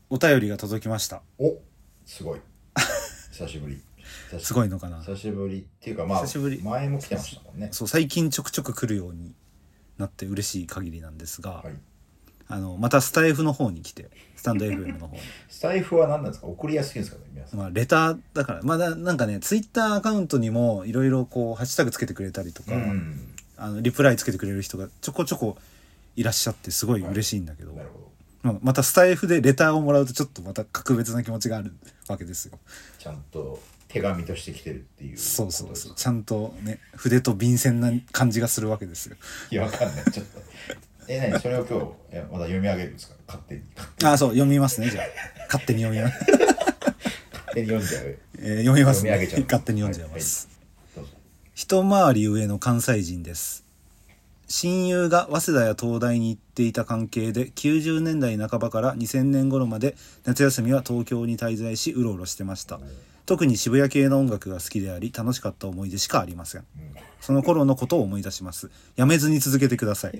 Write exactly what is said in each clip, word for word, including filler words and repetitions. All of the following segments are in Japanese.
お便りが届きました。 お、すごい久しぶりすごいのかな。 久しぶりっていうか、まあ久しぶり、 前も来てましたもんね。 そう、最近ちょくちょく来るようになって嬉しい限りなんですが、 はい、 あのまたスタイフの方に来て、スタンド エフエム の方にスタイフは何なんですか？送りやすいんですかね、皆さん。 まあレターだから、まあなんかね、ツイッターアカウントにもいろいろこうハッシュタグつけてくれたりとか、うん、あのリプライつけてくれる人がちょこちょこいらっしゃってすごい嬉しいんだけど、はい、なるほど。まあ、またスタイフでレターをもらうとちょっとまた格別な気持ちがあるわけですよ。 ちゃんと手紙として来てるっていう。 そうそうそう、ちゃんとね、筆と便箋な感じがするわけですよ。 いや、わかんない、ちょっとえ、何それを今日いやまだ読み上げるんですか？勝手に勝手に。 あ、そう、読みますね。じゃあ勝手に読みます勝手に読んじゃう、 えー、読みます、ね、 読み上げちゃう勝手に読んじゃいます、 はいはい、どうぞ。 一回り上の関西人です。親友が早稲田や東大に行っていた関係できゅうじゅうねんだいなかばからにせんねん頃まで夏休みは東京に滞在しうろうろしてました。特に渋谷系の音楽が好きであり楽しかった思い出しかありません。その頃のことを思い出します。やめずに続けてください。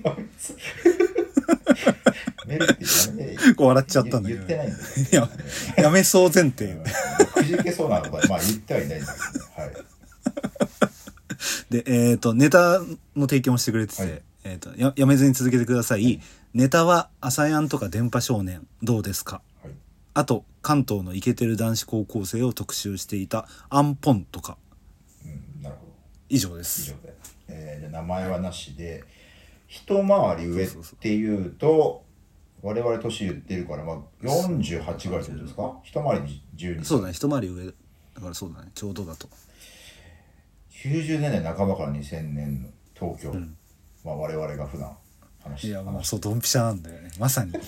メルってやめこう笑っちゃったんだけど、 言ってないんだよ、ね、 いややめそう前提くじけそうなことはまあ言ってはいないんだけどね、はい。 で、えっと、ネタの提供もしてくれてて、はい、えっと、や、やめずに続けてください。はい、ネタは、朝やんとか電波少年、どうですか？はい、あと、関東のイケてる男子高校生を特集していた、アンポンとか。 うん、なるほど。 以上です。 以上で。えー、じゃ名前はなしで、一回り上っていうと、我々年言ってるから、まあ、よんじゅうはちぐらいってことですか？一回りじゅうにさい。 そうだね、一回り上。だからそうだね、ちょうどだと。 きゅうじゅうねんだいなかばからにせんねんの東京、うん、まあ我々が普段話していやもうそうドンピシャなんだよね、まさに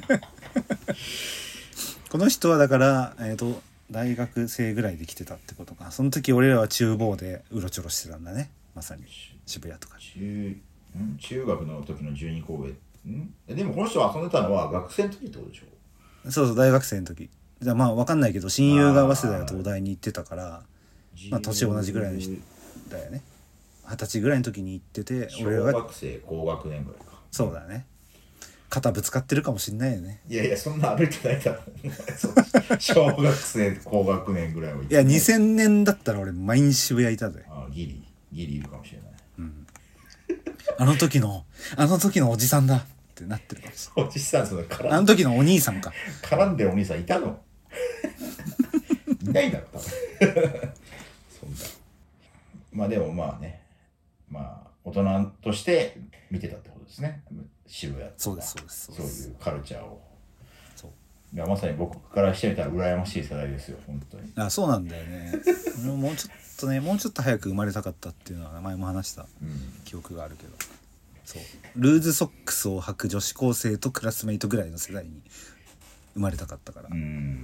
この人はだから、えーと、大学生ぐらいで来てたってことか。その時俺らは厨房でうろちょろしてたんだね、まさに渋谷とか。 中, ん中学の時のじゅうにこ上んでもこの人は遊んでたのは学生の時ってことでしょ？ そうそう、大学生の時。じゃあまあ分かんないけど、親友が早稲田や東大に行ってたから、まあ年同じぐらいの人だよね。二十歳ぐらいの時に行ってて、 俺らが小学生高学年ぐらいか。 そうだね。肩ぶつかってるかもしんないよね。 いやいや、そんな歩いてないだろ小学生高学年ぐらいはいやにせんねんだったら俺毎日渋谷いたぜ。 ああ、ギリギリいるかもしれない、 うん、あの時のあの時のおじさんだってなってるかもしれない。 おじさん、その絡んあの時のお兄さんか。 絡んでるお兄さんいたのいないだろ多分そんな。まあでもまあね、まあ大人として見てたってことですね、渋谷とか。 そうですそうですそういうカルチャーを。 そういや、まさに僕からしてみたら羨ましい世代ですよ本当に。 あ、そうなんだよね俺ももうちょっとね、もうちょっと早く生まれたかったっていうのは前も話した記憶があるけど、うん、そうルーズソックスを履く女子高生とクラスメイトぐらいの世代に生まれたかったから。 うん、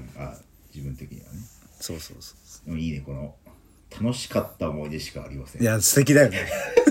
あ、自分的にはね。 そうそうそうそう。 でもいいね、この楽しかった思い出しかありません。 いや素敵だよね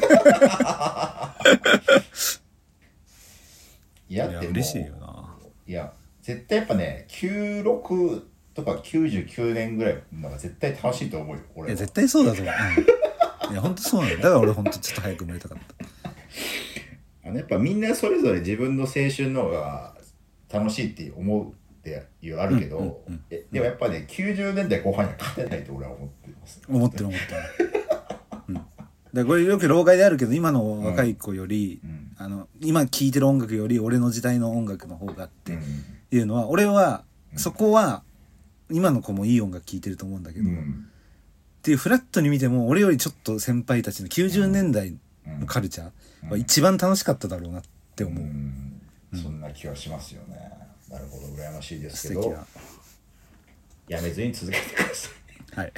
いや、でも嬉しいよな。 いや絶対やっぱね、きゅうろくとかきゅうじゅうきゅうねんぐらいのが絶対楽しいと思うよ俺は。 いや絶対そうだと思う、うん、いや本当そうなんだ。だから俺本当ちょっと早く生まれたかったあのやっぱみんなそれぞれ自分の青春の方が楽しいって思うっていうあるけど、うんうんうん、えでもやっぱねきゅうじゅうねんだいこう半には勝てないと俺は思ってます、ね、 思ってる思ってる、うん、でこれよく老害であるけど、今の若い子より、うん、あの今聴いてる音楽より俺の時代の音楽の方がっていうのは、うん、俺はそこは今の子もいい音楽聴いてると思うんだけど、うん、っていうフラットに見ても俺よりちょっと先輩たちのきゅうじゅうねんだいのカルチャーは一番楽しかっただろうなって思う、うんうん、そんな気はしますよね。なるほど、羨ましいですけど、やめずに続けてください。はい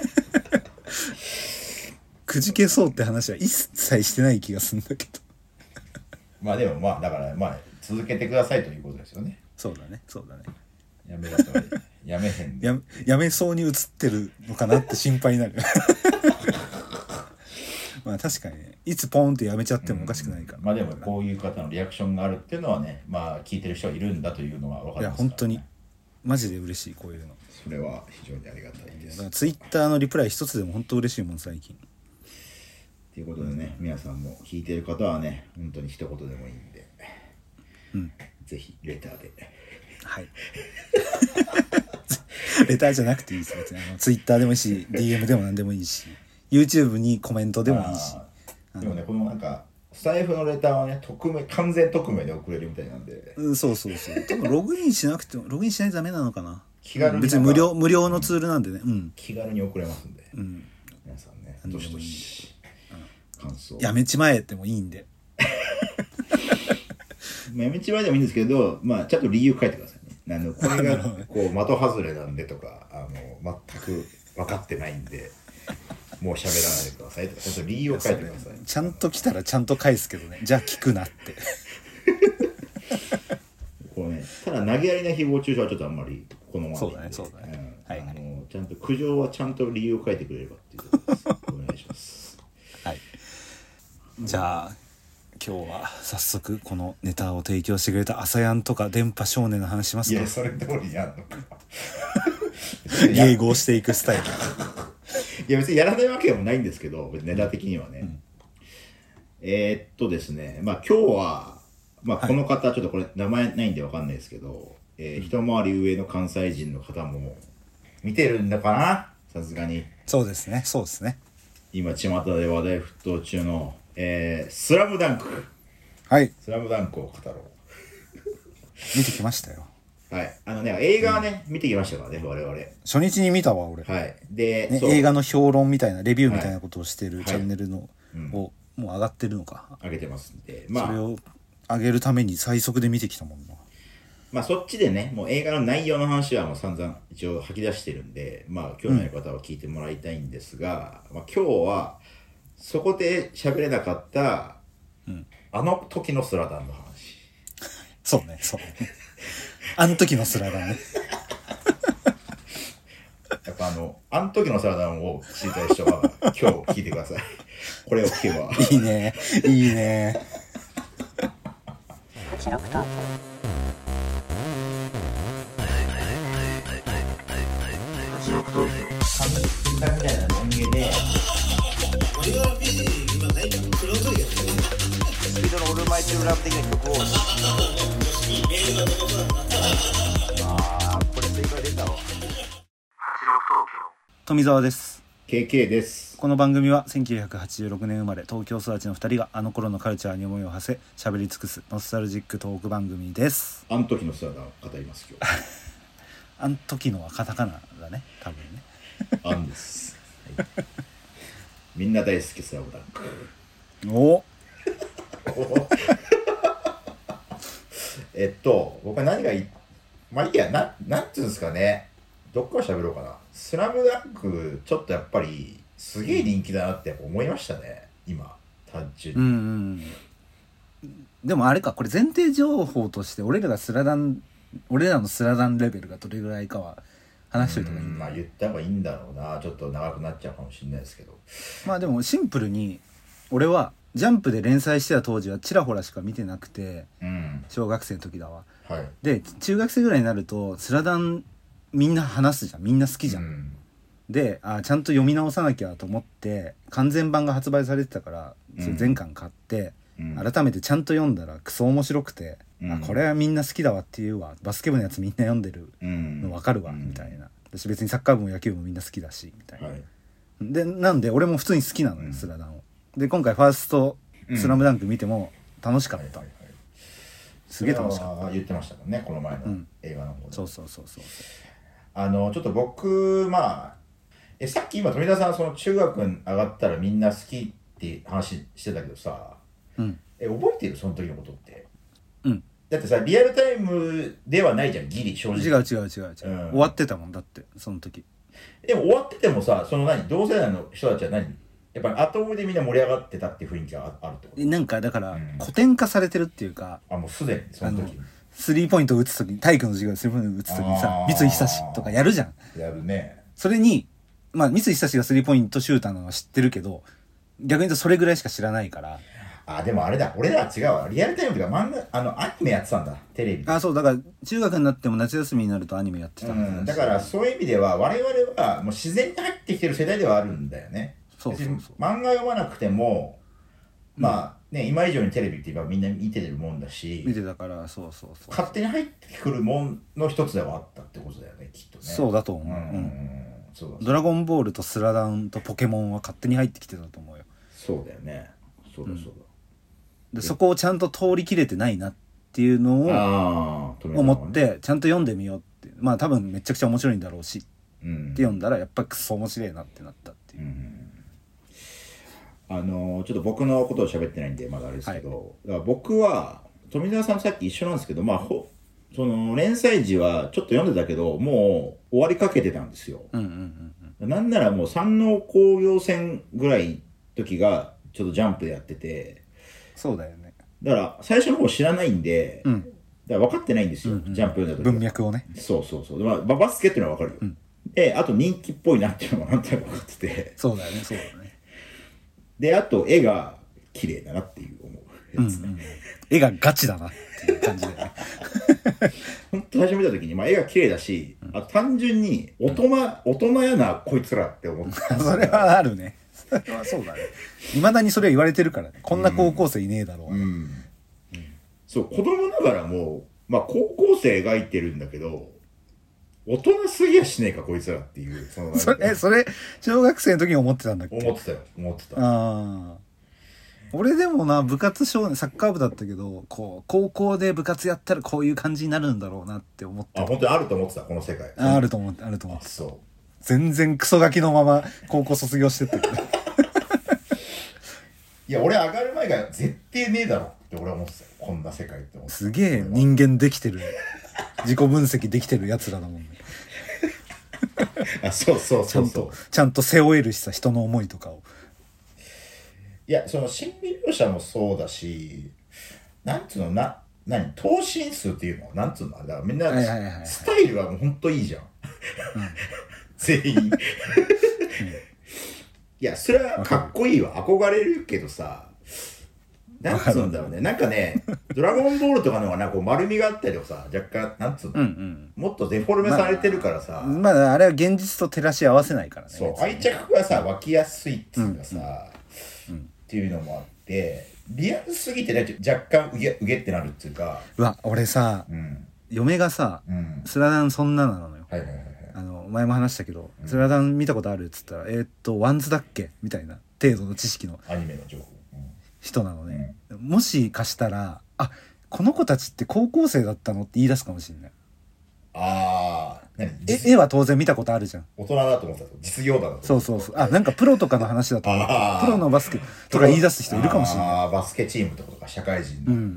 くじけそうって話は一切してない気がするんだけどまあでもまあだからまあ続けてくださいということですよね。 そうだね、そうだね。 やめたらやめへん、ね、 や, やめそうに映ってるのかなって心配になるまあ確かにね、いつポンってやめちゃってもおかしくないから、 うん、まあでもこういう方のリアクションがあるっていうのはね、まあ聞いてる人がいるんだというのは分かりますから、ね、いや本当にマジで嬉しい、こういうの。 それは非常にありがたいです。 だからツイッターのリプライ一つでも本当嬉しいもん最近。 ということでね、皆さんも聞いてる方はね、本当に一言でもいいんで、うん、ぜひレターで、 はいレターじゃなくていいです別に。あのツイッターでもいいし ディーエム でも何でもいいし YouTube にコメントでもいいし。 でもねこのなんかスタイフのレターはね匿名完全匿名で送れるみたいなんで、 うん、そうそうそう。多分ログインしなくてもログインしないとダメなのかな。 気軽に別に無料無料のツールなんでね。うん。 気軽に送れますんで。 うん。 皆さんねどしどし感想。 やめちまえってもいいんで。 やめちまえでもいいんですけど、まあちゃんと理由書いてくださいね。あのこれがこう的外れなんでとか、あの全く分かってないんで。もう喋らないでくださいとかちゃんと理由を書いてください。 ちゃんと来たらちゃんと返すけどね。じゃあ聞くなってこうね、ただ投げやりな誹謗中傷はちょっとあんまり好まないんで。そうだねそうだね、うん、はい、あのちゃんと苦情はちゃんと理由を書いてくれればっていうことです。お願いします。 はい。じゃあ今日は早速このネタを提供してくれた朝やんとか電波少年の話しますか。 いやそれ通りにやんのか迎合していくスタイルいや別にやらないわけでもないんですけどネタ的にはね、うん、えー、っとですねまあ今日は、まあ、この方、はい、ちょっとこれ名前ないんでわかんないですけど、えー、一回り上の関西人の方も見てるんだかなさすがに。 そうですねそうですね。 今巷で話題沸騰中の、えー、スラムダンク。 はいスラムダンクを語ろう見てきましたよ。 はい、あのね映画はね、うん、見てきましたからね我々。 初日に見たわ俺。 はいで、 ね、映画の評論みたいなレビューみたいなことをしてるチャンネルの、はいはい、をもう上がってるのか。 上げてますんで、 まあ、それを上げるために最速で見てきたもんな。 まあそっちでねもう映画の内容の話はもう散々一応吐き出してるんで、まあ興味ある方は聞いてもらいたいんですが、うん、まあ、今日はそこで喋れなかった、うん、あの時のスラダンの話。 そうねそうねあの時のスラダンねやっぱあのあの時のスラダンを知りたい人は今日聞いてくださいこれを聞けばいいねいいねキラクターみたいなロン毛で俺はビジ今ないんだクローズやってるスピードのオールマイティーラブ的な曲をあーこれ正解出たわ。 富澤です。 ケーケー です。 この番組はせんきゅうひゃくはちじゅうろくねん生まれ東京育ちのふたりがあの頃のカルチャーに思いを馳せ喋り尽くすノスタルジックトーク番組です。 あの時のスラダンを語ります今日あの時のはカタカナだね多分ねあんです、はい、みんな大好きスラムダンクおえっと僕は何がいいまあいいやななんていうんですかねどっから喋ろうかな。スラムダンクちょっとやっぱりすげえ人気だなってやっぱ思いましたね今単純に。 うんうん、でもあれかこれ前提情報として俺らがスラダン俺らのスラダンレベルがどれぐらいかは話しといた方がいいんだよ。 まあ言った方がいいんだろうな。ちょっと長くなっちゃうかもしれないですけどまあでもシンプルに俺はジャンプで連載してた当時はちらほらしか見てなくて、うん、小学生の時だわ、はい、で中学生ぐらいになるとスラダンみんな話すじゃんみんな好きじゃん、うん、であちゃんと読み直さなきゃと思って完全版が発売されてたから、うん、それ全巻買って、うん、改めてちゃんと読んだらクソ面白くて、うん、あこれはみんな好きだわっていうわバスケ部のやつみんな読んでるの分かるわ、うん、みたいな。私別にサッカー部も野球部もみんな好きだしみたいな、はい、でなんで俺も普通に好きなのよ、うん、スラダンを。で今回ファーストスラムダンク見ても楽しかった、うんはいはいはい、すげえ楽しかった。 言ってましたもんねこの前の映画の方で、 うん、そうそうそうそうあのちょっと僕まあえさっき今富田さんその中学に上がったらみんな好きって話してたけどさ、うん、え覚えてるその時のことって、うん、だってさリアルタイムではないじゃんギリ正直。 違う違う違う違う、うん、終わってたもんだってその時。 でも終わっててもさその何同世代の人たちは何やっぱ後追いでみんな盛り上がってたっていう雰囲気があるってこと。 なんかだから、うん、古典化されてるっていうかあもうすでにその時にスリーポイント打つ時に体育の授業でスリーポイント打つ時にさ三井久志とかやるじゃん。 やるね。 それにまあ三井久志がスリーポイントシューターなのは知ってるけど逆に言うとそれぐらいしか知らないから。 あでもあれだ俺らは違うわリアルタイムとか漫画あのアニメやってたんだテレビで。 あそうだから中学になっても夏休みになるとアニメやってたんだ、 うん、だからそういう意味では我々はもう自然に入ってきてる世代ではあるんだよね。そうそうそう漫画読まなくてもまあね、うん、今以上にテレビって言えばみんな見てるもんだし見てたからそうそうそう勝手に入ってくるもんの一つではあったってことだよねきっとね。 そうだと思う、うんうん、そうだドラゴンボールとスラダンとポケモンは勝手に入ってきてたと思うよ。 そうだよね。そうだそうだ、 うん、でそこをちゃんと通り切れてないなっていうのを思ってちゃんと読んでみようって。まあ多分めちゃくちゃ面白いんだろうし、うん、って読んだらやっぱりクソ面白いなってなったっていう、うん、 あのー、ちょっと僕のことを喋ってないんでまだあれですけど、はい、だから僕は富澤さんとさっき一緒なんですけど、まあほその連載時はちょっと読んでたけどもう終わりかけてたんですよ、うんうんうんうん、なんならもう山王工業戦ぐらい時がちょっとジャンプでやってて。 そうだよね。 だから最初の方知らないんで、うん、だから分かってないんですよ、うんうん、ジャンプ読んだ時文脈をね。 そうそうそう、まあ、バスケっていうのは分かるよ、うん、であと人気っぽいなっていうのがなんとなく分かってて。 そうだよねそうだね。 であと絵が綺麗だなっていう思うやつね、うんうん、 絵がガチだなっていう感じでね本当最初見た時に、まあ、絵が綺麗だし、うん、あと単純に大人、うん、大人やなこいつらって思ってそれはあるね。それはそうだね。いまだにそれは言われてるからね。こんな高校生いねえだろう、ね、うんうんうん、 そう子供ながらもまあ高校生描いてるんだけど大人すぎやしねえかこいつらっていう。そのそれそれ小学生の時に思ってたんだっけ。 思ってたよ思ってた。ああ俺でもな部活少年サッカー部だったけどこう高校で部活やったらこういう感じになるんだろうなって思ってた。 あ本当にあると思ってたこの世界。 ああると思ってあると思って。 そう全然クソガキのまま高校卒業してったけどいや俺上がる前が絶対ねえだろって俺は思ってたよこんな世界って思って。 すげえ人間できてる自己分析できてるやつらだもんねあそうそうそうそうちゃんとちゃんと背負えるしさ人の思いとかを。 いやその心理描写もそうだしなんつうのな何頭身数っていうのなんつうのだからみんな、はいはいはいはい、スタイルはもうほんといいじゃん、うん、全員、うん、いやそれはかっこいいわ憧れるけどさなんつうんだろうねなんかねドラゴンボールとかの方がなんか丸みがあったりとかさ若干なんつうの、うんうん、もっとデフォルメされてるからさ、 まあ、まあ、あれは現実と照らし合わせないからね。 そう愛着がさ湧きやすいっていうかさ、うんうん、っていうのもあってリアルすぎてね若干うげうげってなるっていうか。 うわ俺さ、うん、嫁がさ、うん、スラダンそんななのよ、はいはいはいはい、あの前も話したけど、うん、スラダン見たことあるっつったらえー、っとワンズだっけみたいな程度の知識のアニメの情報、うん、 人なのね、うん、もしかしたらあこの子たちって高校生だったのって言い出すかもしれない。 ああ絵は当然見たことあるじゃん。 大人だと思った実業団だと。 そうそうそう。あなんかプロとかの話だと思ったプロのバスケとか言い出す人いるかもしれない。 ああバスケチームとか社会人の、うんうんうん、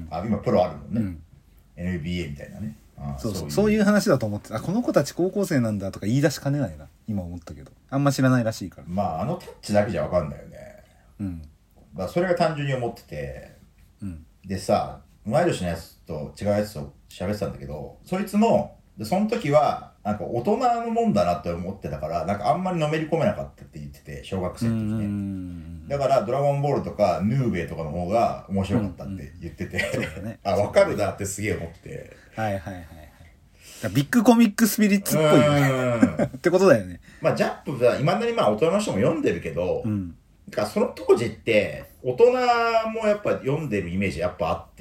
あ今プロあるもんね、うん、エヌビーエー みたいなね。あそうそうそういう話だと思ってあこの子たち高校生なんだとか言い出しかねないな今思ったけどあんま知らないらしいから。 まああのタッチだけじゃ分かんないよね。うんだそれが単純に思ってて、うん、でさ同い年のやつと違うやつと喋ってたんだけどそいつもでその時はなんか大人のもんだなって思ってたからなんかあんまりのめり込めなかったって言ってて小学生の時ね。だからドラゴンボールとかヌーベイとかの方が面白かったって言ってて、うんうんね、あ分かるなってすげえ思ってはいはいはいはいビッグコミックスピリッツっぽいねってことだよね。 まあジャンプはいまだにまあ大人の人も読んでるけど、うん、だからその当時って大人もやっぱ読んでるイメージやっぱあって、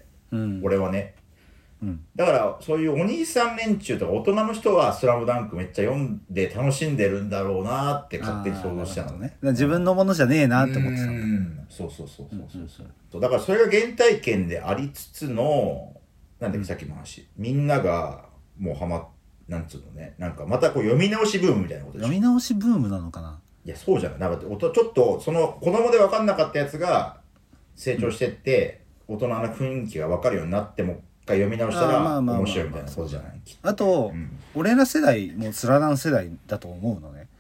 うん、俺はねうん、だからそういうお兄さん連中とか大人の人はスラムダンクめっちゃ読んで楽しんでるんだろうなって勝手に想像したのね。 自分のものじゃねえなって思ってたんだ。 うんそうそうそうそうそうそう、うん、だからそれが原体験でありつつのなんだっけさっきの話、みんながもうハマなんつうのねなんかまたこう読み直しブームみたいなことでしょ。 読み直しブームなのかな。 いやそうじゃない。なんかちょっとその子供で分かんなかったやつが成長してって、うん、大人の雰囲気が分かるようになっても読み直したら面白いみたいなことじゃない。 あと、うん、俺ら世代もスラダン世代だと思うのね、うん、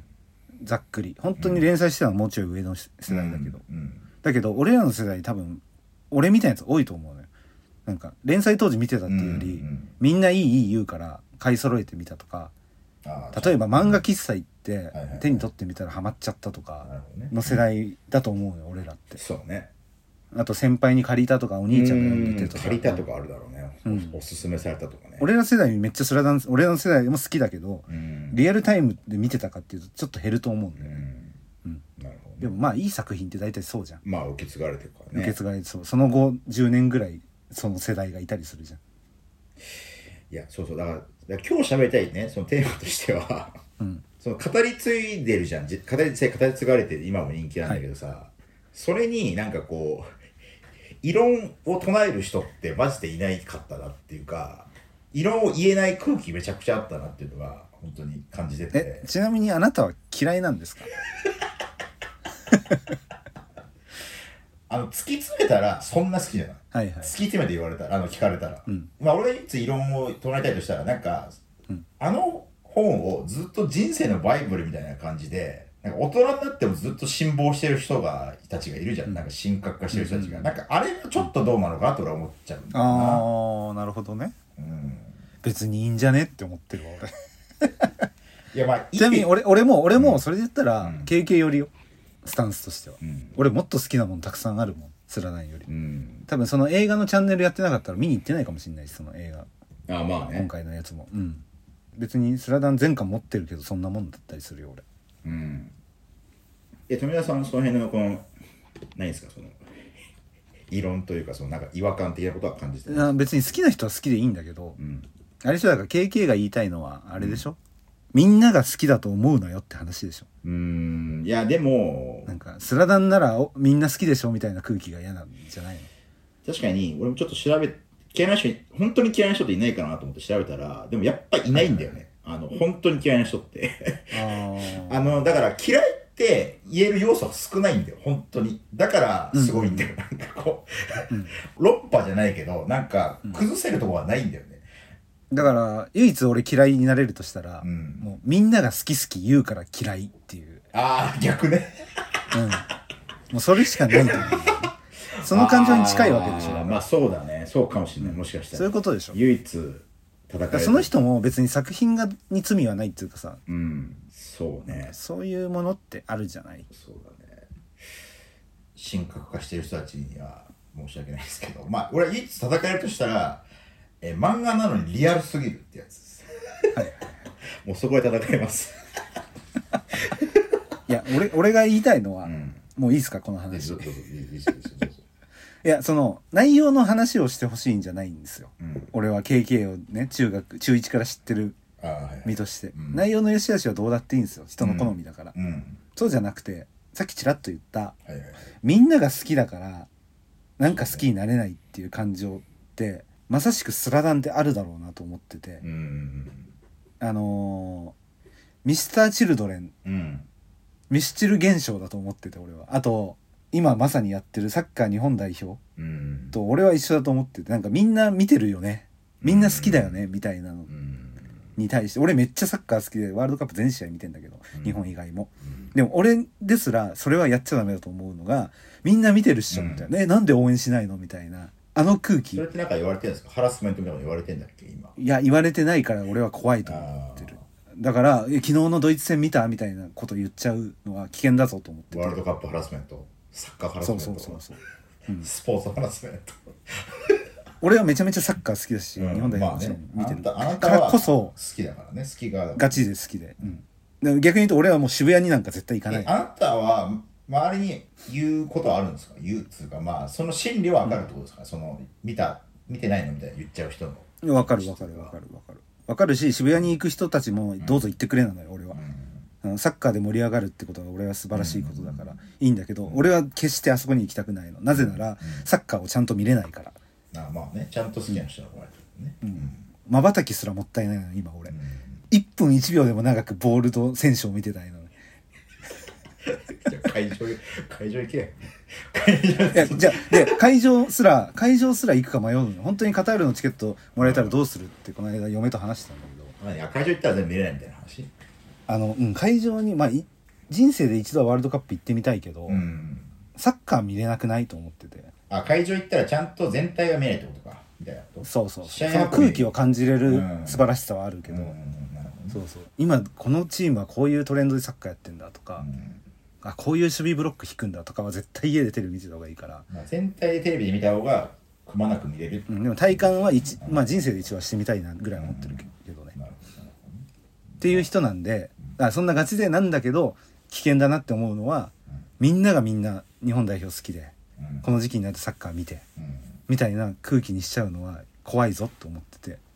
ざっくり本当に連載してたのはもうちょい上の世代だけど、うんうん、だけど俺らの世代多分俺みたいなやつ多いと思うのよ。なんか連載当時見てたっていうより、うんうん、みんないいいい言うから買い揃えてみたとか、例えば漫画喫茶行って手に取ってみたらハマっちゃったとかの世代だと思うよ俺らって。 そうね。 あと先輩に借りたとかお兄ちゃんが読んでてとか借りたとかあるだろうね、うん、おすすめされたとかね。 俺ら世代めっちゃスラダン俺らの世代も好きだけど、うん、リアルタイムで見てたかっていうとちょっと減ると思うんだよね、うんうん、なるほどね。でもまあいい作品って大体そうじゃん。 まあ受け継がれてるからね。 受け継がれてそうその後じゅうねんぐらいその世代がいたりするじゃん。 いやそうそうだからだから今日喋りたいね、そのテーマとしては、 うん、 その語り継いでるじゃん。語り、語り継がれて今も人気なんだけどさ、はい、それになんかこう、異論を唱える人ってマジでいないかったなっていうか、異論を言えない空気めちゃくちゃあったなっていうのが本当に感じてて。 え、ちなみにあなたは嫌いなんですか？ あの、突き詰めたらそんな好きじゃない。 はいはい。 突き詰めて言われたら、あの、聞かれたら。 うん、 まあ俺が唯一異論を唱えたいとしたら、なんか、うん、あの本をずっと人生のバイブルみたいな感じで、なんか大人になってもずっと辛抱してる人がたちがいるじゃん、うん、なんか神格化してる人たちが、うん、なんかあれはちょっとどうなのかなと俺は思っちゃうんだよな。 ああ、なるほどね、うん、別にいいんじゃねって思ってるわ俺。 いやまあちなみに俺俺も俺もそれで言ったら、うん、ケーケー よりよ、スタンスとしては、うん、俺もっと好きなものたくさんあるもん、スラダンより、うん、多分その映画のチャンネルやってなかったら見に行ってないかもしれないし、その映画、 ああまあね、 今回のやつも、うん、別にスラダン全巻持ってるけどそんなもんだったりするよ俺。 うん。え、富田さんその辺のこの何ですか、その異論というか、そのなんか違和感的なことは感じてる？ 別に好きな人は好きでいいんだけど、うん、あれでしょ、だから ケーケー が言いたいのはあれでしょ、うん、みんなが好きだと思うなよって話でしょ。 うーん、いやでもなんかスラダンならみんな好きでしょみたいな空気が嫌なんじゃないの？ 確かに俺もちょっと調べ、嫌いな人、本当に嫌いな人っていないかなと思って調べたら、でもやっぱいないんだよね、はい、あの本当に嫌いな人ってああのだから嫌いって言える要素は少ないんだよ本当に。だからすごいんだよ、うん、なんかこう、うん、論破じゃないけどなんか崩せるところはないんだよね。 だから唯一俺嫌いになれるとしたら、うん、もうみんなが好き好き言うから嫌いっていう。 ああ逆ね。 うん。もうそれしかないと思う、ね。その感情に近いわけでしょ。 あまあそうだね、そうかもしれない、うん、もしかしたら。 そういうことでしょ。 唯一戦える。 その人も別に作品がに罪はないっていうかさ。 うん。そうね。 そういうものってあるじゃない。 そうだね。神格化してる人たちには申し訳ないですけど、まあ俺は唯一戦えるとしたら。え漫画なのにリアルすぎるってやつです。はい、もうそこで戦います。 いや俺俺が言いたいのは、うん、もういいですかこの話。どうぞどうぞどうぞどうぞ。いやその内容の話をしてほしいんじゃないんですよ。うん、俺は ケーケー をね中学中いちから知ってる身として、うん、内容の良し悪しはどうだっていいんですよ。人の好みだから。うんうん、そうじゃなくてさっきちらっと言った、はいはいはい、みんなが好きだからなんか好きになれないっていう感情ってまさしくスラダンであるだろうなと思ってて、うん、あのー、ミスターチルドレン、うん、ミスチル現象だと思ってて俺は。あと今まさにやってるサッカー日本代表、うん、と俺は一緒だと思ってて、なんかみんな見てるよね、みんな好きだよね、うん、みたいなのに対して俺めっちゃサッカー好きでワールドカップ全試合見てんだけど、うん、日本以外も、うん、でも俺ですらそれはやっちゃダメだと思うのが、みんな見てるっしょみたいな、うん、えなんで応援しないのみたいなあの空気。 それってなんか言われてるんですか？ハラスメントみたいなの言われてんだっけ今。 いや言われてないから俺は怖いと思ってる。だから昨日のドイツ戦見たみたいなこと言っちゃうのは危険だぞと思ってて。 ワールドカップハラスメント、サッカーハラスメント、そうそうそうそう、うん、スポーツハラスメント。 俺はめちゃめちゃサッカー好きだし、うん、日本代表もちろん見てる、 まあね、あなたからこそ好きだからね、好きがガチで好きで、うん、で逆に言うと俺はもう渋谷になんか絶対行かない。 あなたは周りに言うことはあるんですか？言うっつうか、まあその心理は分かるってことですか？うん、その見た見てないのみたいな言っちゃう人の。 分かる分かる分かる分かる分かるし、渋谷に行く人たちもどうぞ行ってくれなのよ、うん、俺は、うん、サッカーで盛り上がるってことは俺は素晴らしいことだからいいんだけど、うん、俺は決してあそこに行きたくないの。なぜなら、うん、サッカーをちゃんと見れないから。 ああまあね、ちゃんと好きな人はこうやってね、 まばたきすらもったいないの今俺、うん、いっぷんいちびょうでも長くボールと選手を見てたいのに。 じゃあ会場会場行け。 いやじゃあで会場すら会場すら行くか迷うの。本当にカタールのチケットもらえたらどうするってこの間嫁と話したんだけど。 いや会場行ったら全部見れないみたいな話。 あのうん会場にまあ人生で一度はワールドカップ行ってみたいけど、うん、サッカー見れなくないと思ってて。 あ会場行ったらちゃんと全体が見えないってことかみたいなこと。 そうそうそう。その空気を感じれる素晴らしさはあるけど、うんうんうん、そうそう今このチームはこういうトレンドでサッカーやってんだとか。うんあこういう守備ブロック引くんだとかは絶対家でテレビ見てた方がいいから、 まあ、全体でテレビで見た方がくまなく見れる、 うん、でも体感は一、まあ、人生で一話してみたいなぐらい思ってるけどね、うん、っていう人なんで、あそんなガチでなんだけど危険だなって思うのは、うん、みんながみんな日本代表好きで、うん、この時期になるとサッカー見て、うん、みたいな空気にしちゃうのは怖いぞと思ってて、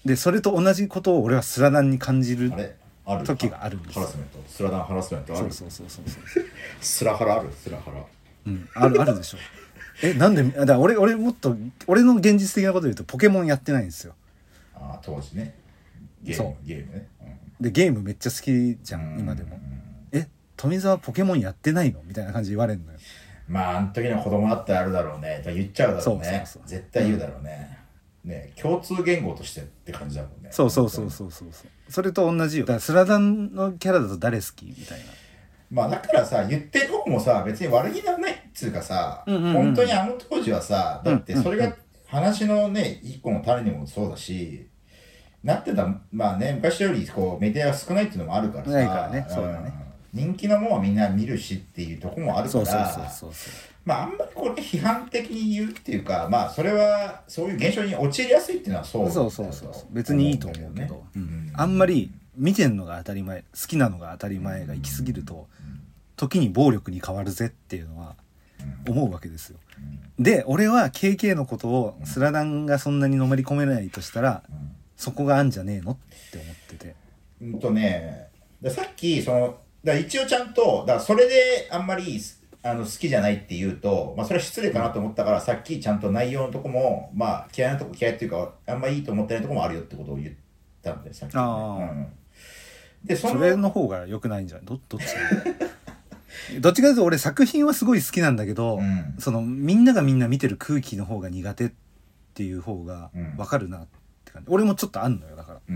でそれと同じことを俺はスラダンに感じるあれある時があるんですハラスメントスラダンハラスメントあるそうそうそうそうそうスラハラあるスラハラうんあるあるでしょえなんでだから俺俺もっと俺の現実的なこと言うとポケモンやってないんですよああ当時ねゲームそうゲームね、 うん、でゲームめっちゃ好きじゃん今でも、うん、え富澤ポケモンやってないのみたいな感じで言われるのよまああの時の子供だったらあるだろうね言っちゃうだろうねそうそうそう絶対言うだろうね、うん、ね共通言語としてって感じだもんねそうそうそうそうそうそれと同じよだからスラダンのキャラだと誰好きみたいなまあだからさ言ってる方もさ別に悪気がないっつうかさ、うんうんうん、本当にあの当時はさだってそれが話のね一個の種にもそうだしなってたまあね昔よりこうメディアが少ないっていうのもあるからさないからねそうだね、 うん、人気のものはみんな見るしっていうとこもあるからそうそうそうそうまああんまりこれ批判的に言うっていうかまあそれはそういう現象に陥りやすいっていうのはそうそうそうそうそう別にいいと思うけど、ねうん、あんまり見てんのが当たり前好きなのが当たり前が行き過ぎると時に暴力に変わるぜっていうのは思うわけですよ。で俺は ケーケー のことをスラダンがそんなにのめり込めないとしたらそこがあんじゃねえのって思っててうんとねさっきそのだ一応ちゃんとだそれであんまりあの好きじゃないって言うと、まあ、それは失礼かなと思ったから、うん、さっきちゃんと内容のとこもまあ嫌いなとこ嫌いっていうかあんまいいと思ってないとこもあるよってことを言ったんでさっき、ね、あ、うん、 で そ, それの方が良くないんじゃない ど, どっちどっちかというと俺作品はすごい好きなんだけど、うん、そのみんながみんな見てる空気の方が苦手っていう方が分かるなって感じ、うん、俺もちょっとあんのよだから、うん、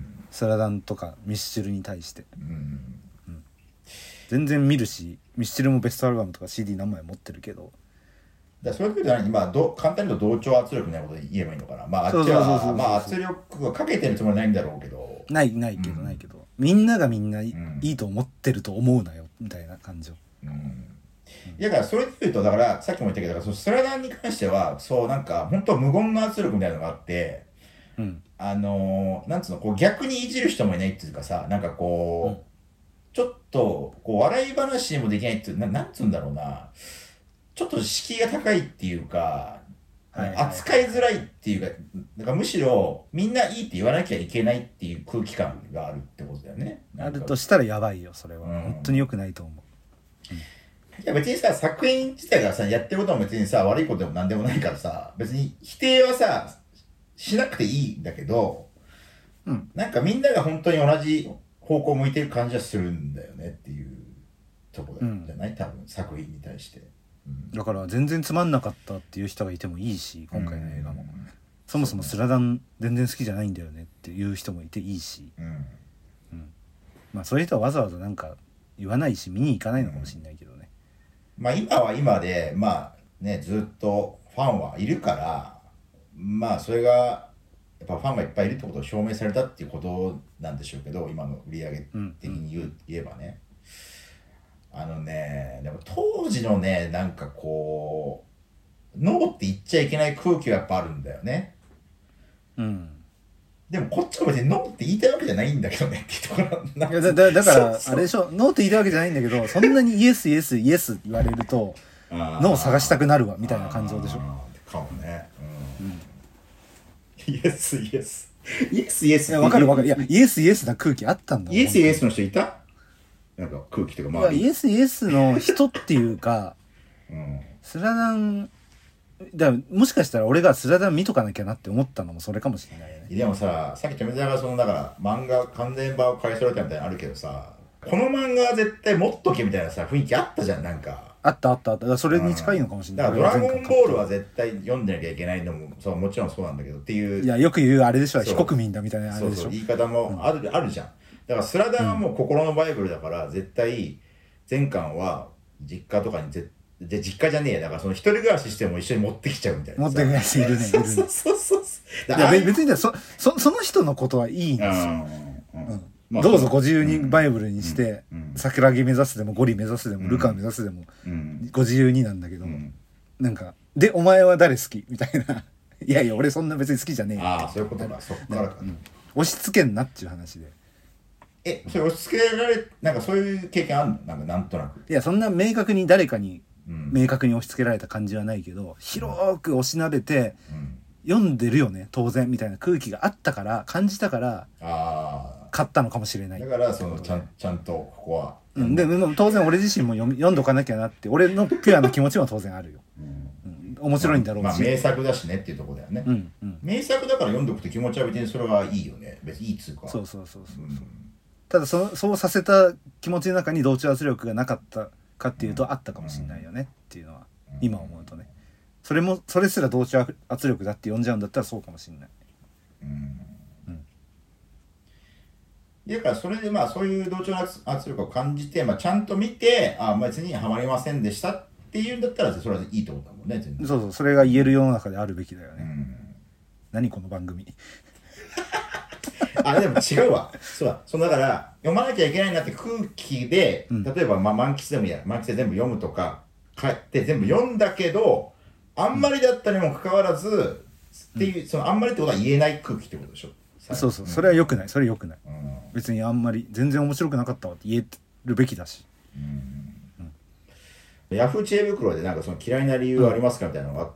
スラダンとかミスチルに対して、うんうん、全然見るしミスチルもベストアルバムとか シーディー 何枚持ってるけどだそういうことじゃない今ど簡単に言うと同調圧力みたいなこと言えばいいのかなまああっちはまあ圧力はかけてるつもりないんだろうけどないないけどないけど、うん、みんながみんないい、うん、いいと思ってると思うなよみたいな感情、うんうん、 だからそれで言うとだからさっきも言ったけどそのスラダンに関してはそうなんか本当無言の圧力みたいなのがあって、うん、あのー、なんつうのこう逆にいじる人もいないっていうかさなんかこう、うん、ちょっとこう笑い話にもできないっていうななんつうんだろうなちょっと敷居が高いっていうか、はいはいはい、扱いづらいっていうか、なんかむしろみんないいって言わなきゃいけないっていう空気感があるってことだよね。 あるとしたらやばいよそれは、うん、本当に良くないと思う、 うん、いや別にさ作品自体がさやってることも別にさ悪いことでもなんでもないからさ別に否定はさしなくていいんだけど、うん、なんかみんなが本当に同じ方向を向いてる感じはするんだよねっていうところじゃない、うん、多分作品に対して。 だから全然つまんなかったっていう人がいてもいいし今回の映画も、うん、そもそもスラダン全然好きじゃないんだよねっていう人もいていいし、うんうん、まあそういう人はわざわざなんか言わないし見に行かないのかもしれないけどね、 うん、まあ今は今でまあねずっとファンはいるからまあそれがやっぱファンがいっぱいいるってことを証明されたっていうことなんでしょうけど今の売り上げ的に言う、うん、言えばねあのね、でも当時のね、なんかこう、ノーって言っちゃいけない空気がやっぱあるんだよね。うん。でもこっちも別にノーって言いたいわけじゃないんだけどねっていうところなんだ。だ, だから、あれでしょ、ノーって言いたいわけじゃないんだけど、そんなにイエスイエスイエス言われると、ノーを探したくなるわ、みたいな感情でしょ。 かもね。うん。イエスイエス。イエスイエス。 いや、わかるわかる。いや、イエスイエスな空気あったんだもん。 イエスイエスの人いたなんか空気とか周りいやイエスイエスの人っていうか、うん、スラダンだもしかしたら俺がスラダン見とかなきゃなって思ったのもそれかもしれないよね。 でもささっき富澤がそのだから漫画完全版を買い揃えたみたいなのあるけどさこの漫画は絶対持っとけみたいなさ雰囲気あったじゃんなんかあったあったあっただからそれに近いのかもしれない、 うん、だからドラゴンボールは絶対読んでなきゃいけないのもそうもちろんそうなんだけどっていういやよく言うあれでしょ非国民だみたいなあれでしょそうそう言い方もある、うん、あるじゃんだからスラダンはもう心のバイブルだから絶対前巻は実家とかにぜで実家じゃねえやだからその一人暮らししても一緒に持ってきちゃうみたいな持ってきやすいるねいるねそうそうそうそういや別にそそその人のことはいいんですよ、うんうんまあ、どうぞご自由にバイブルにして、うんうん、桜木目指すでもゴリ目指すでも、うん、ルカ目指すでも、うん、ご自由になんだけど、うん、なんかでお前は誰好きみたいないやいや俺そんな別に好きじゃねえよああそういうことかそっからか、うん、 押し付けんなっていう話でえ、それ押し付けられ、なんかそういう経験あるのなんかなんとなく。 いや、そんな明確に誰かに、明確に押し付けられた感じはないけど、うん、広く押しなべて、 読んでるよね当然みたいな空気があったから感じたからあ買ったのかもしれない。 だからそのちゃんちゃんとここは、 うん、でも当然俺自身も読み読んどかなきゃなって俺のピュアな気持ちは当然あるよ、うんうん、面白いんだろうし、 まあ、まあ名作だしねっていうところだよね、 うんうん、 名作だから読んどくと気持ちは別にそれはいいよね、別にいいっつうか。 そうそうそうそう、うん、ただそそうさせた気持ちの中に同調圧力がなかったかっていうとあったかもしれないよねっていうのは今思うとね、それもそれすら同調圧力だって呼んじゃうんだったらそうかもしれない。うんうん、 だからそれでまあそういう同調圧力を感じて、まあ、ちゃんと見てあ別にはまりませんでしたっていうんだったらそれはいいってことだもんね。全然そうそう、それが言える世の中であるべきだよね。うん、何この番組あでも違うわ。そうだ。そうだから読まなきゃいけないなって空気で、うん、例えばまあ満喫でもいいや、満喫で全部読むとか帰って全部読んだけどあんまりだったにもかかわらず、うん、っていうそのあんまりってことは言えない空気ってことでしょ。 そうそう、それは良くない、それ良くない、うん、別にあんまり全然面白くなかったわって言えるべきだし、うんうん、ヤフー知恵袋でなんかその嫌いな理由はありますかみたいなのがあって、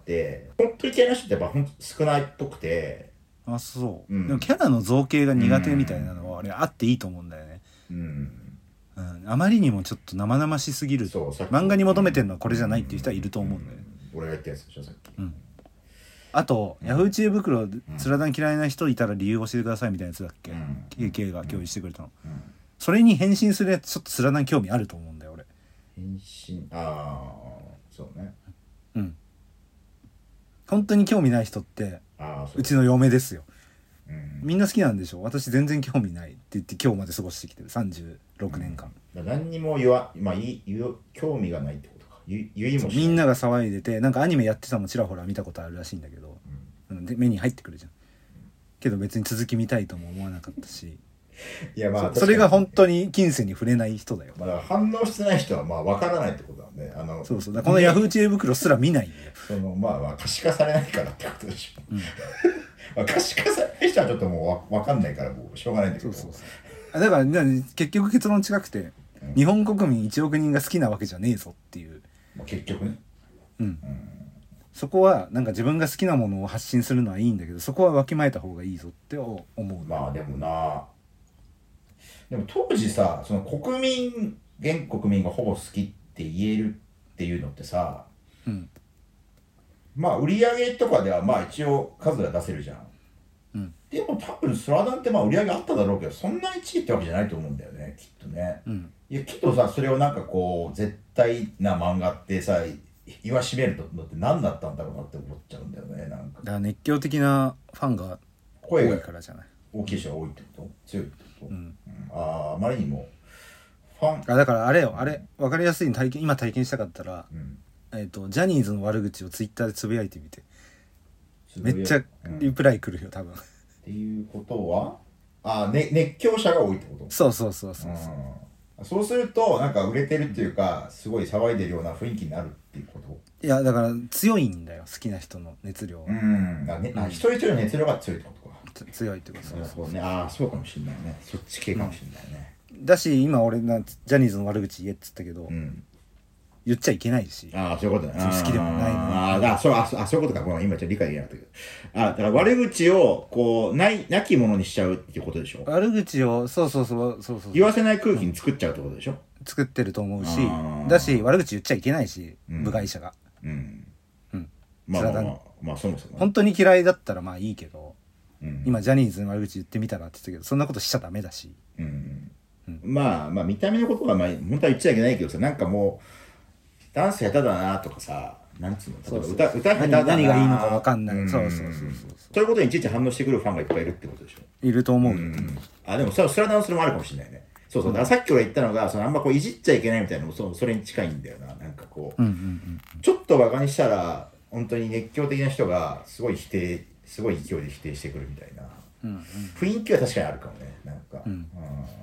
うん、本当に嫌いな人ってやっぱほんと少ないっぽくて、 あそう、うん、でもキャラの造形が苦手みたいなのはあれあっていいと思うんだよね、うんうん、あまりにもちょっと生々しすぎる、漫画に求めてるのはこれじゃないっていう人はいると思うんだよね、 うん、俺が言ったやつでしょさっき、うん、 あと、うん、ヤフー知恵袋スラダン嫌いな人いたら理由教えてくださいみたいなやつだっけ、うん、ケーケー が共有してくれたの、うん、それに返信するやつちょっとスラダン興味あると思うんだよ俺。 返信ああそうね、 うん本当に興味ない人ってうちの嫁ですよ、うん、みんな好きなんでしょ、私全然興味ないって言って今日まで過ごしてきてるさんじゅうろくねんかん、 うん、何にも言わ、まあ、言う興味がないってことか、言いもしない、 みんなが騒いでてなんかアニメやってたのもちらほら見たことあるらしいんだけど、うん、で目に入ってくるじゃん、けど別に続き見たいとも思わなかったしいやまあそ, それが本当に金銭に触れない人だよ、 まあ、だから反応してない人はまあ分からないってことなんで、あのそうそうだこのヤフー知恵袋すら見ないんだよそのまあまあ可視化されないからってことでしょ、うんまあ、可視化されない人はちょっともう分かんないからもうしょうがないんだけど、そうそうそうだから結局結論違くて、うん、日本国民いちおく人が好きなわけじゃねえぞっていう、 まあ、結局ね、うん、うん、 そこはなんか自分が好きなものを発信するのはいいんだけどそこはわきまえた方がいいぞって思う。 まあでもなでも当時さその国民現国民がほぼ好きって言えるっていうのってさ、うん、まあ売り上げとかではまあ一応数が出せるじゃん、うん、でも多分スラダンってまあ売り上げあっただろうけどそんなに地位ってわけじゃないと思うんだよねきっとね、うん、いやきっとさそれをなんかこう絶対な漫画ってさ言わしめるのって何だったんだろうなって思っちゃうんだよね。なんかだから熱狂的なファンが多いからじゃない、 大きい人が多いってこと強いってこと、うんうん、あああまりにもファンあだからあれよあれ分かりやすい体験今体験したかったら、うんえー、とジャニーズの悪口をツイッターでつぶやいてみてめっちゃリプライ来るよ多分、うん、 っていうことはあ、ね、熱狂者が多いってことそうそうそうそうそう、 うん、そうするとなんか売れてるっていうかすごい騒いでるような雰囲気になるっていうこと。 いやだから強いんだよ好きな人の熱量はうんだ、ね、あ一人一人の熱量が強いってことか。 強いってことそうそうねああそうかもしれないねそっち系かもしれないね、 うん、だし今俺なジャニーズの悪口言えっつったけど、うん、言っちゃいけないしああそういうことね好きでもないのああそうあそういうことかごめん今ちょっと理解できなかったけどあだから悪口をこうないなきものにしちゃうっていうことでしょ。 悪口をそうそうそうそうそう言わせない空気に作っちゃうってことでしょ、うん、 作ってると思うしだし悪口言っちゃいけないし、うん、部外者がうんうんまあまあまあ、まあ、そもそも、ね、 本当に嫌いだったらまあいいけどうん、今ジャニーズの悪口言ってみたらって言ったけどそんなことしちゃダメだし、うんうん、まあまあ見た目のことはまあ本当は言っちゃいけないけどさなんかもうダンス下手だなとかさなんつうの例えば歌歌下手だな何がいいのか分かんない、うん、そうそうそうそうそういうことにいちいち反応してくるファンがいっぱいいるってことでしょ。 いると思うよ、うんうん、あでもそれはダンスもあるかもしれないね。そうそう、だからさっき俺言ったのがそのあんまこういじっちゃいけないみたいなのも そ, それに近いんだよな。なんかこう、うんうんうん、ちょっとバカにしたら本当に熱狂的な人がすごい否定すごい勢いで否定してくるみたいな、うんうん、雰囲気は確かにあるかもね。なんか、うんうん、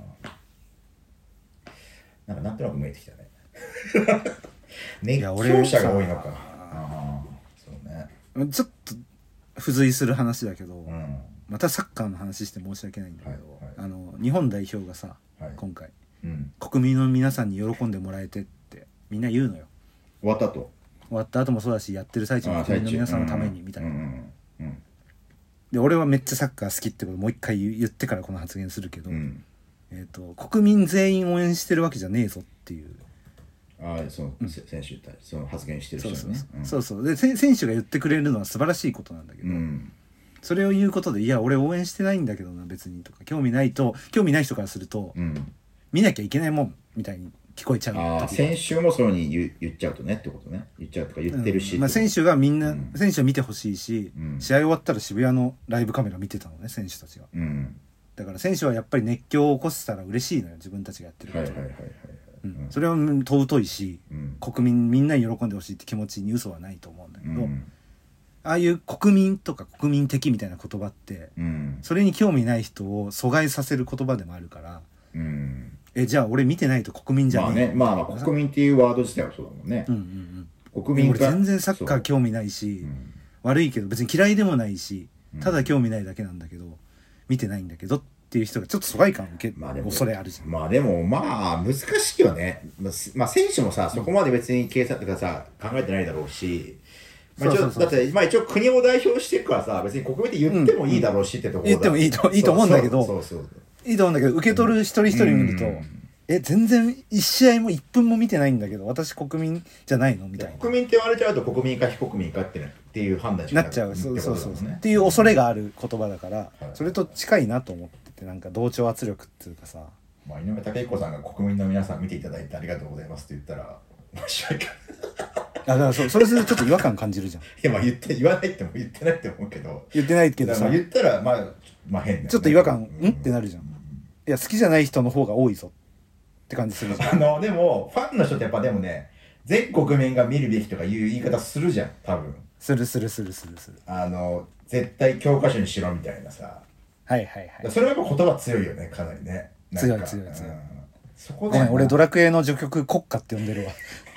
なんかなんとなく見えてきたね熱狂者が多いのか。あそうね、ちょっと付随する話だけど、うん、またサッカーの話して申し訳ないんだけど、はいはい、あの日本代表がさ、はい、今回、うん、国民の皆さんに喜んでもらえてってみんな言うのよ。 終わった後終わった後もそうだしやってる最中の国民の皆さんのためにみたいな、うんうんうん、 で俺はめっちゃサッカー好きってこともう一回言ってからこの発言するけど、 うん、 えーと、国民全員応援してるわけじゃねえぞっていう。 ああ、その、うん、選手に対してその発言してる人ね。 そうそう、うん、そうそうで選手が言ってくれるのは素晴らしいことなんだけど、うん、それを言うことでいや俺応援してないんだけどな別にとか興味ないと興味ない人からすると、うん、見なきゃいけないもんみたいに聞こえちゃう。 ああ、選手もそうに 言, 言っちゃうとねってことね。言っちゃうとか言ってるし、 うんまあ、選手がみんな、うん、選手は見てほしいし、うん、試合終わったら渋谷のライブカメラ見てたのね選手たちが、うん、だから選手はやっぱり熱狂を起こせたら嬉しいのよ自分たちがやってること。はいはいはいはい、うん、それは尊いし、うん、国民みんなに喜んでほしいって気持ちに嘘はないと思うんだけど、うん、ああいう国民とか国民的みたいな言葉って、うん、それに興味ない人を阻害させる言葉でもあるから、うん、えじゃあ俺見てないと国民じゃねえ、 まあね、まあ国民っていうワード自体はそうだもんね、うんうんうん、国民俺全然サッカー興味ないし、うん、悪いけど別に嫌いでもないしただ興味ないだけなんだけど、見てないんだけどっていう人がちょっと疎外感を受ける、まあ、恐れあるじゃん。 まあでもまあ難しいよね。まあ選手もさそこまで別に計算とかさ考えてないだろうし、まあ、一応だってまあ一応国を代表してるからさ別に国民で言ってもいいだろうしってところだ、 うん、言ってもいいといいと思うんだけど、そうそうそういいと思うんだけど受け取る一人一人見ると、うん、え全然一試合も一分も見てないんだけど私国民じゃないのみたいな。 国民って言われちゃうと国民か非国民かってっていう判断になっちゃう。そうそうそうそうっていう恐れがある言葉だから、はい、それと近いなと思っててなんか同調圧力っていうかさ。 まあ井上武彦さんが国民の皆さん見ていただいてありがとうございますって言ったら面白いかあだからそそれするとちょっと違和感感じるじゃん。いやまあ言って言わないっても言ってないって思うけど言ってないけどさ言ったらまあまあ変だよね。 ちょっと違和感、うん、んってなるじゃん。いや好きじゃない人の方が多いぞって感じするじゃん。 あのでもファンの人ってやっぱでもね全国民が見るべきとかいう言い方するじゃん多分。 するするするするする。 あの絶対教科書にしろみたいなさ。 はいはいはい。 それはやっぱ言葉強いよねかなりね。 強い強い強い。うん、 そこごめん俺ドラクエの序曲国家って呼んでるわ。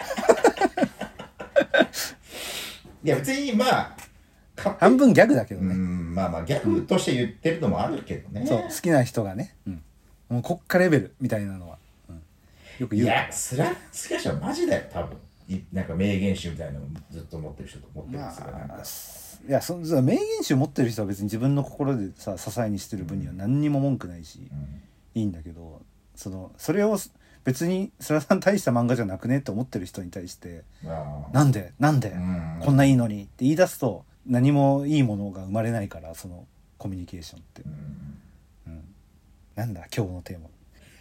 いや別にまあ半分ギャグだけどね。 うんまあまあギャグとして言ってるのもあるけどね。 そう好きな人がね、うん、もう国家レベルみたいなのは、うん、よく言う。 いやスラスキャシはマジだよ多分。なんか名言集みたいなのをずっと持ってる人と持ってるんですよ、まあ、 いやその名言集持ってる人は別に自分の心でさ支えにしてる分には何にも文句ないし、うん、いいんだけどそのそれを別に菅さん大した漫画じゃなくねって思ってる人に対してなんでなんで、うん、こんないいのにって言い出すと何もいいものが生まれないからそのコミュニケーションって、うんうん、なんだ今日のテーマ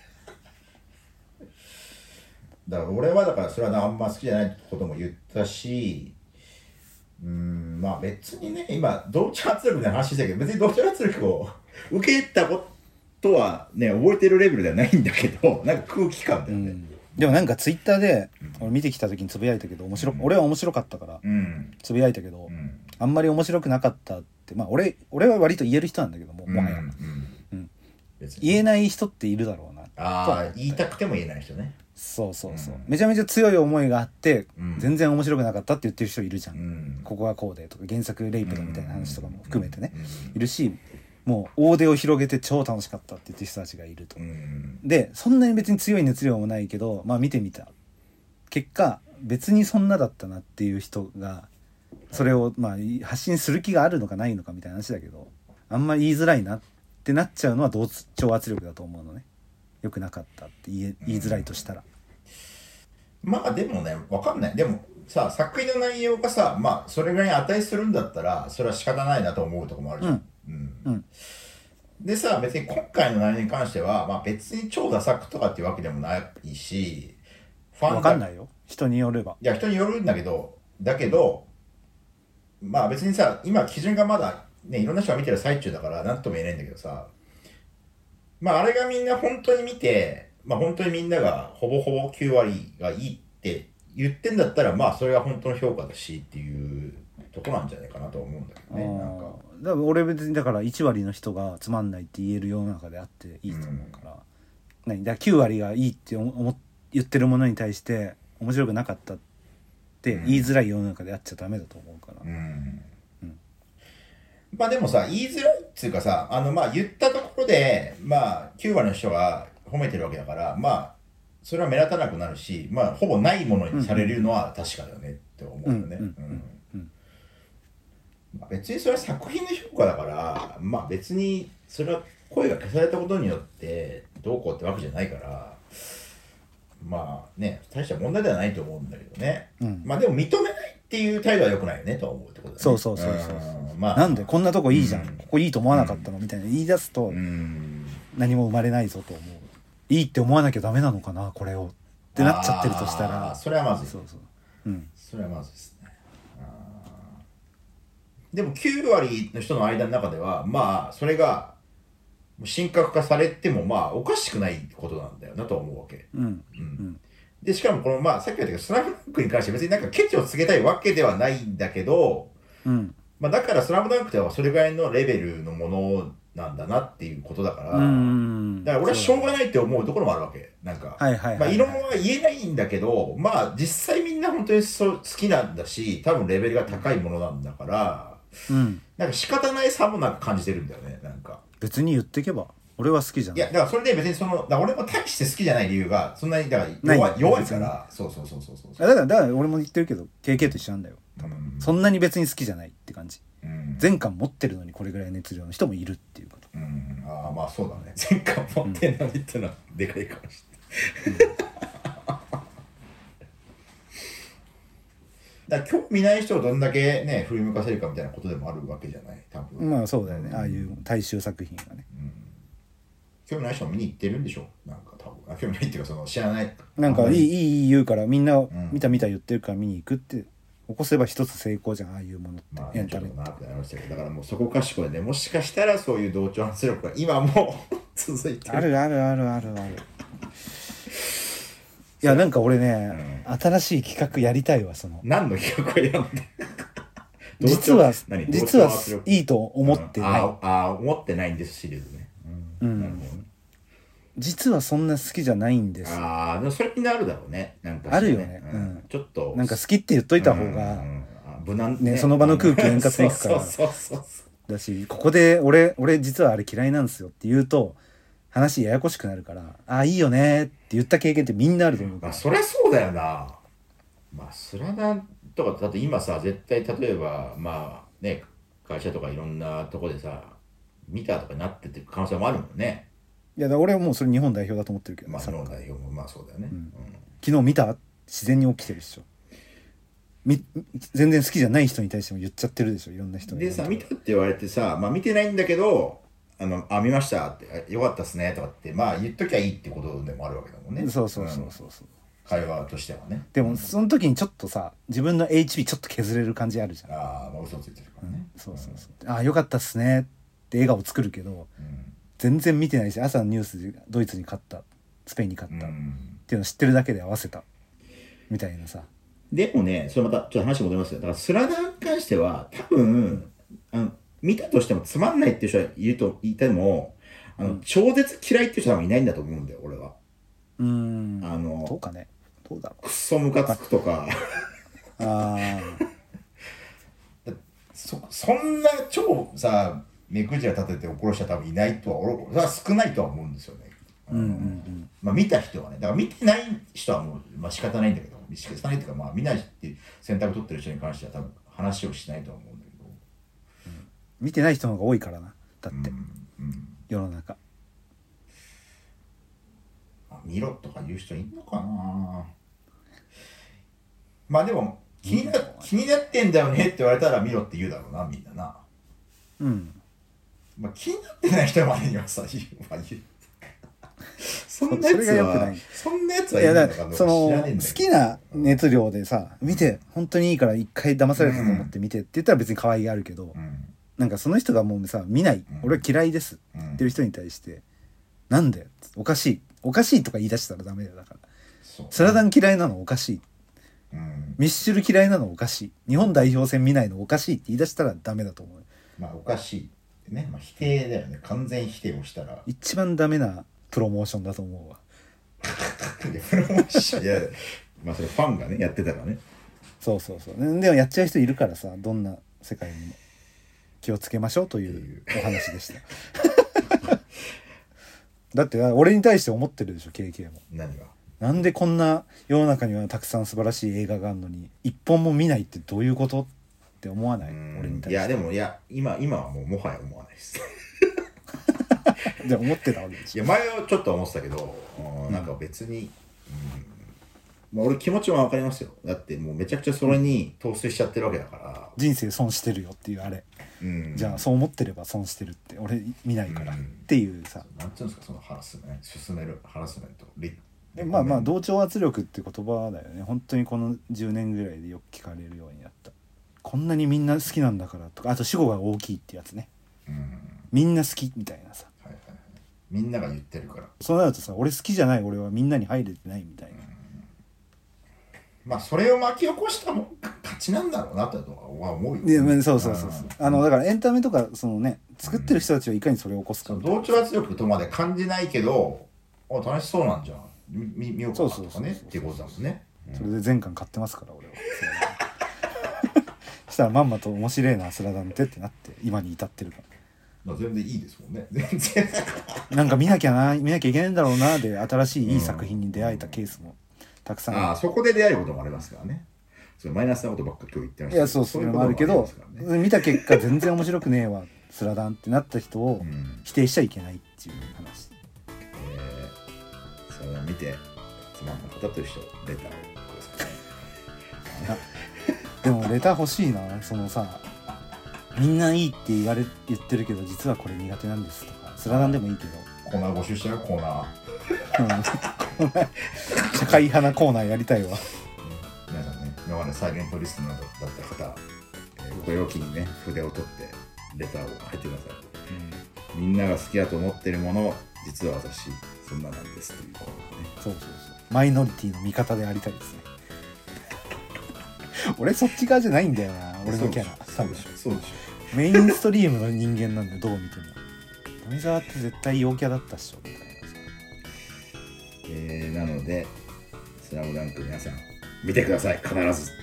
だから俺はだからそれはあんま好きじゃないことも言ったしうーんまあ別にね今同調圧力みたいな話したけど別に同調圧力を受けたことはね覚えてるレベルではないんだけどなんか空気感だよね、うん、 でもなんかツイッターで俺見てきた時につぶやいたけど面白、うん、俺は面白かったからつぶやいたけど、うん、あんまり面白くなかったってまあ俺俺は割と言える人なんだけどももはや、うんうんうん、言えない人っているだろうなああ言いたくても言えない人ねそうそうそう、うん、めちゃめちゃ強い思いがあって、うん、全然面白くなかったって言ってる人いるじゃん、うん、ここはこうでとか原作レイプだみたいな話とかも含めてね、いるしもう大手を広げて超楽しかったって言ってる人たちがいると、でそんなに別に強い熱量もないけどまあ見てみた結果別にそんなだったなっていう人がそれをまあ発信する気があるのかないのかみたいな話だけどあんまり言いづらいなってなっちゃうのは同調圧力だと思うのね。良くなかったって言え、言いづらいとしたら、 うん、まあでもね分かんないでもさ作品の内容がさまあそれぐらいに値するんだったらそれは仕方ないなと思うところもあるじゃん、うんうん、でさ別に今回の内容に関しては、まあ、別に超ダサくとかっていうわけでもないしファン分かんないよ人によればいや人によるんだけどだけどまあ別にさ今基準がまだねいろんな人が見てる最中だから何とも言えないんだけどさまああれがみんな本当に見て、まあ本当にみんながほぼほぼきゅう割がいいって言ってんだったら、まあそれは本当の評価だしっていうとこなんじゃないかなと思うんだけどね。なんか。 だから俺別にだからいち割の人がつまんないって言える世の中であっていいと思うから。うん、何だからきゅう割がいいって思言ってるものに対して面白くなかったって言いづらい世の中であっちゃダメだと思うから。うんまあでもさ、言いづらいっていうかさ、あのまあ言ったところで、まあきゅう割の人が褒めてるわけだから、まあ、それは目立たなくなるし、まあほぼないものにされるのは確かだよねって思うよね。 まあ、別にそれは作品の評価だから、まあ別にそれは声が消されたことによってどうこうってわけじゃないから、まあね、大した問題ではないと思うんだけどね。うん、まあでも認めないっていう態度は良くないよねとは思うってことだね。 そうそうそうそう。うん、まあ、なんでこんなとこいいじゃん、うん、ここいいと思わなかったの、みたいな言い出すと、うん、何も生まれないぞと思う。いいって思わなきゃダメなのかなこれをってなっちゃってるとしたら、 それはまずい。 そうそう、うん、 それはまずいですね。でもきゅう割の人の間の中ではまあそれが神格化されてもまあおかしくないことなんだよなと思うわけ。うんうん、でしかもこのまあさっき言ったけどスラムダンクに関して別になんかケチをつけたいわけではないんだけど、うん、まあだからスラムダンクではそれぐらいのレベルのものなんだなっていうことだから、うん、だから俺はしょうがないって思うところもあるわけ。なんか、はいはいはいはい、まあ異論は言えないんだけど、まあ実際みんな本当にそう好きなんだし、多分レベルが高いものなんだから。うん、なんか仕方ない差もなんか感じてるんだよね。なんか別に言ってけば俺は好きじゃない。 いやだからそれで別にそのだ俺も大して好きじゃない理由がそんなにだから弱い弱いからそうそうそうそうそうだからだから俺も言ってるけど ケーケー と一緒なんだよ多分、うん、そんなに別に好きじゃないって感じ、うん、全巻持ってるのにこれぐらい熱量の人もいるっていうこと、 うん、ああまあそうだね全巻持ってるのにってのはでかいかもしれない、うんだから興味ない人をどんだけね振り向かせるかみたいなことでもあるわけじゃない多分。 まあそうだよね、うん、ああいう大衆作品がね、うん、 興味ない人も見に行ってるんでしょなんか多分。興味ないっていうかその知らないなんかいいいい言うからみんな見た見た言ってるから見に行くって起こせば一つ成功じゃんああいうものって、まあ、エンタメってなってなりましたけどだからもうそこかしこでねもしかしたらそういう同調圧力が今も続いてるあるあるあるあるあるいやなんか俺ね、うん、新しい企画やりたいわその何の企画をやるんだ実は実はいいと思ってない、うん、 ああ思ってないんですシリーズね、うんうん、なるほどね実はそんな好きじゃないんです。 ああでもそれになるだろうねなんか、ね、 あるよね、 うん、ちょっとなんか好きって言っといた方が、うん、無難ね、ねその場の空気円滑にいくからそうそうそうそうだしここで俺俺実はあれ嫌いなんですよって言うと話ややこしくなるからああいいよねって言った経験ってみんなあると思うから、 まあ、そりゃそうだよなまあスラダンとかだって今さ絶対例えばまあね会社とかいろんなとこでさ見たとかになってって可能性もあるもんね。 いやだ俺はもうそれ日本代表だと思ってるけど、ね、 まあ日本代表もまあそうだよね、うんうん、 昨日見た自然に起きてるでしょみ全然好きじゃない人に対しても言っちゃってるでしょいろんな人でさ見たって言われてさまあ見てないんだけどあのあ見ましたってよかったっすねとかってまあ言っときゃいいってことでもあるわけだもんね。 そうそうそうそうそう、 うん、会話としてはね。 でもその時にちょっとさ自分の エイチピー ちょっと削れる感じあるじゃん。 ああまあ嘘ついてるからね、 うん、そうそうそう、うん、ああよかったっすねって笑顔作るけど、うん、全然見てないし朝のニュースでドイツに勝ったスペインに勝ったっていうのを知ってるだけで合わせたみたいなさ。 でもねそれまたちょっと話戻りますよ。だからスラダンに関しては多分あの見たとしてもつまんないっていう人はいると言ってもあの、うん、超絶嫌いっていう人はいないんだと思うんだよ俺は。 うーんあのどうかねどうだろうクソムカつくとかあそそんな超さ目くじら立てて怒る人は多分いないとは俺は少ないとは思うんですよね。うんうんうんまあ見た人はねだから見てない人はもう、まあ、仕方ないんだけど仕方ないっていうかまあ見ないっていう選択取ってる人に関しては多分話をしないとは思うんだけど、 うん、見てない人の方が多いからなだって、うんうん、世の中見ろとか言う人いんのかな。まあでも気にな、気になってんだよねって言われたら見ろって言うだろうなみんなな。うんまあ気になってない人までにはさ言う、まあ、言うそんなやつはそんなやつはいるのかどうか知らねえんだけど好きな熱量でさ見て本当にいいから一回騙されたと思って見てって言ったら別に可愛げあるけど、うん、なんかその人がもうさ見ない、うん、俺は嫌いですっていう人に対してなんでおかしいおかしいとか言い出したらダメだよだからスラダン嫌いなのおかしい、うん、ミッシュル嫌いなのおかしい日本代表戦見ないのおかしいって言い出したらダメだと思う。 まあおかしいね、まあ、否定だよね完全否定をしたら一番ダメなプロモーションだと思うわいやプロモーションいやまあそれファンがねやってたらねそうそうそうでもやっちゃう人いるからさどんな世界にも気をつけましょうというお話でしただって俺に対して思ってるでしょ ケーケー も何がなんでこんな世の中にはたくさん素晴らしい映画があるのに一本も見ないってどういうことって思わない？俺に対して。 いやでもいや今今はもうもはや思わないですじゃあ思ってたわけでしょ。いや前はちょっと思ってたけど、うん、なんか別に、うんまあ、俺気持ちは分かりますよ。だってもうめちゃくちゃそれに陶酔しちゃってるわけだから、 人生損してるよっていうあれ、うん、じゃあそう思ってれば損してるって俺見ないからっていうさ、 うん、なんていうんですかそのハラスメント進めるハラスメントリまあまあ同調圧力って言葉だよね。本当にこのじゅうねんぐらいでよく聞かれるようになった。こんなにみんな好きなんだからとか、あと主語が大きいってやつね、うん、みんな好きみたいなさ、 はいはいはい、みんなが言ってるからそうなるとさ、俺好きじゃない俺はみんなに入れてないみたいな、うん、 まあそれを巻き起こしたも勝ちなんだろうなとは思うよ、 ね、そうそうそうそう、あのだからエンタメとかそのね作ってる人たちはいかにそれを起こすか、うん、 同調圧力とまで感じないけどあ楽しそうなんじゃん見見ようかなとかねっていうことだもんね、 うん、それで全巻買ってますから俺はそしたらまんまと面白いなスラダンテってなって今に至ってるから、 まあ、全然いいですもんね全然なんか見なきゃな見なきゃいけないんだろうなで新しいいい作品に出会えたケースもたくさんある、 うん、あそこで出会えることもありますからね。それマイナスなことばっか今日言ってました。 いやそうそれもあるけど、ね、見た結果全然面白くねえわスラダンってなった人を否定しちゃいけないっていう話、 うん、えー、それを見てつまんな方と一緒レターをくださいでもレター欲しいな。そのさみんないいって言われ言ってるけど実はこれ苦手なんですとかスラダンでもいいけどコーナー募集してるコーナー、 うん、社会派なコーナーやりたいわ。 皆さんね今までサイレントリスナーだった方、えー、ご用気にね筆を取ってレターを書いてください、うん、みんなが好きだと思ってるもの実は私そんななんですというコーナーね。 そうそうそうマイノリティの味方でありたいですね俺そっち側じゃないんだよな俺のキャラ。 そうでしょそうでしょメインストリームの人間なんでどう見ても富澤って絶対陽キャだったっしょみたいなさ、 えー、なのでスラムダンク皆さん見てください必ず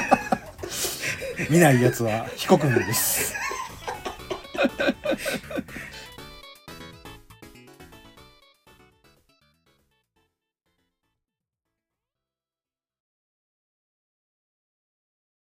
見ないやつは非国民です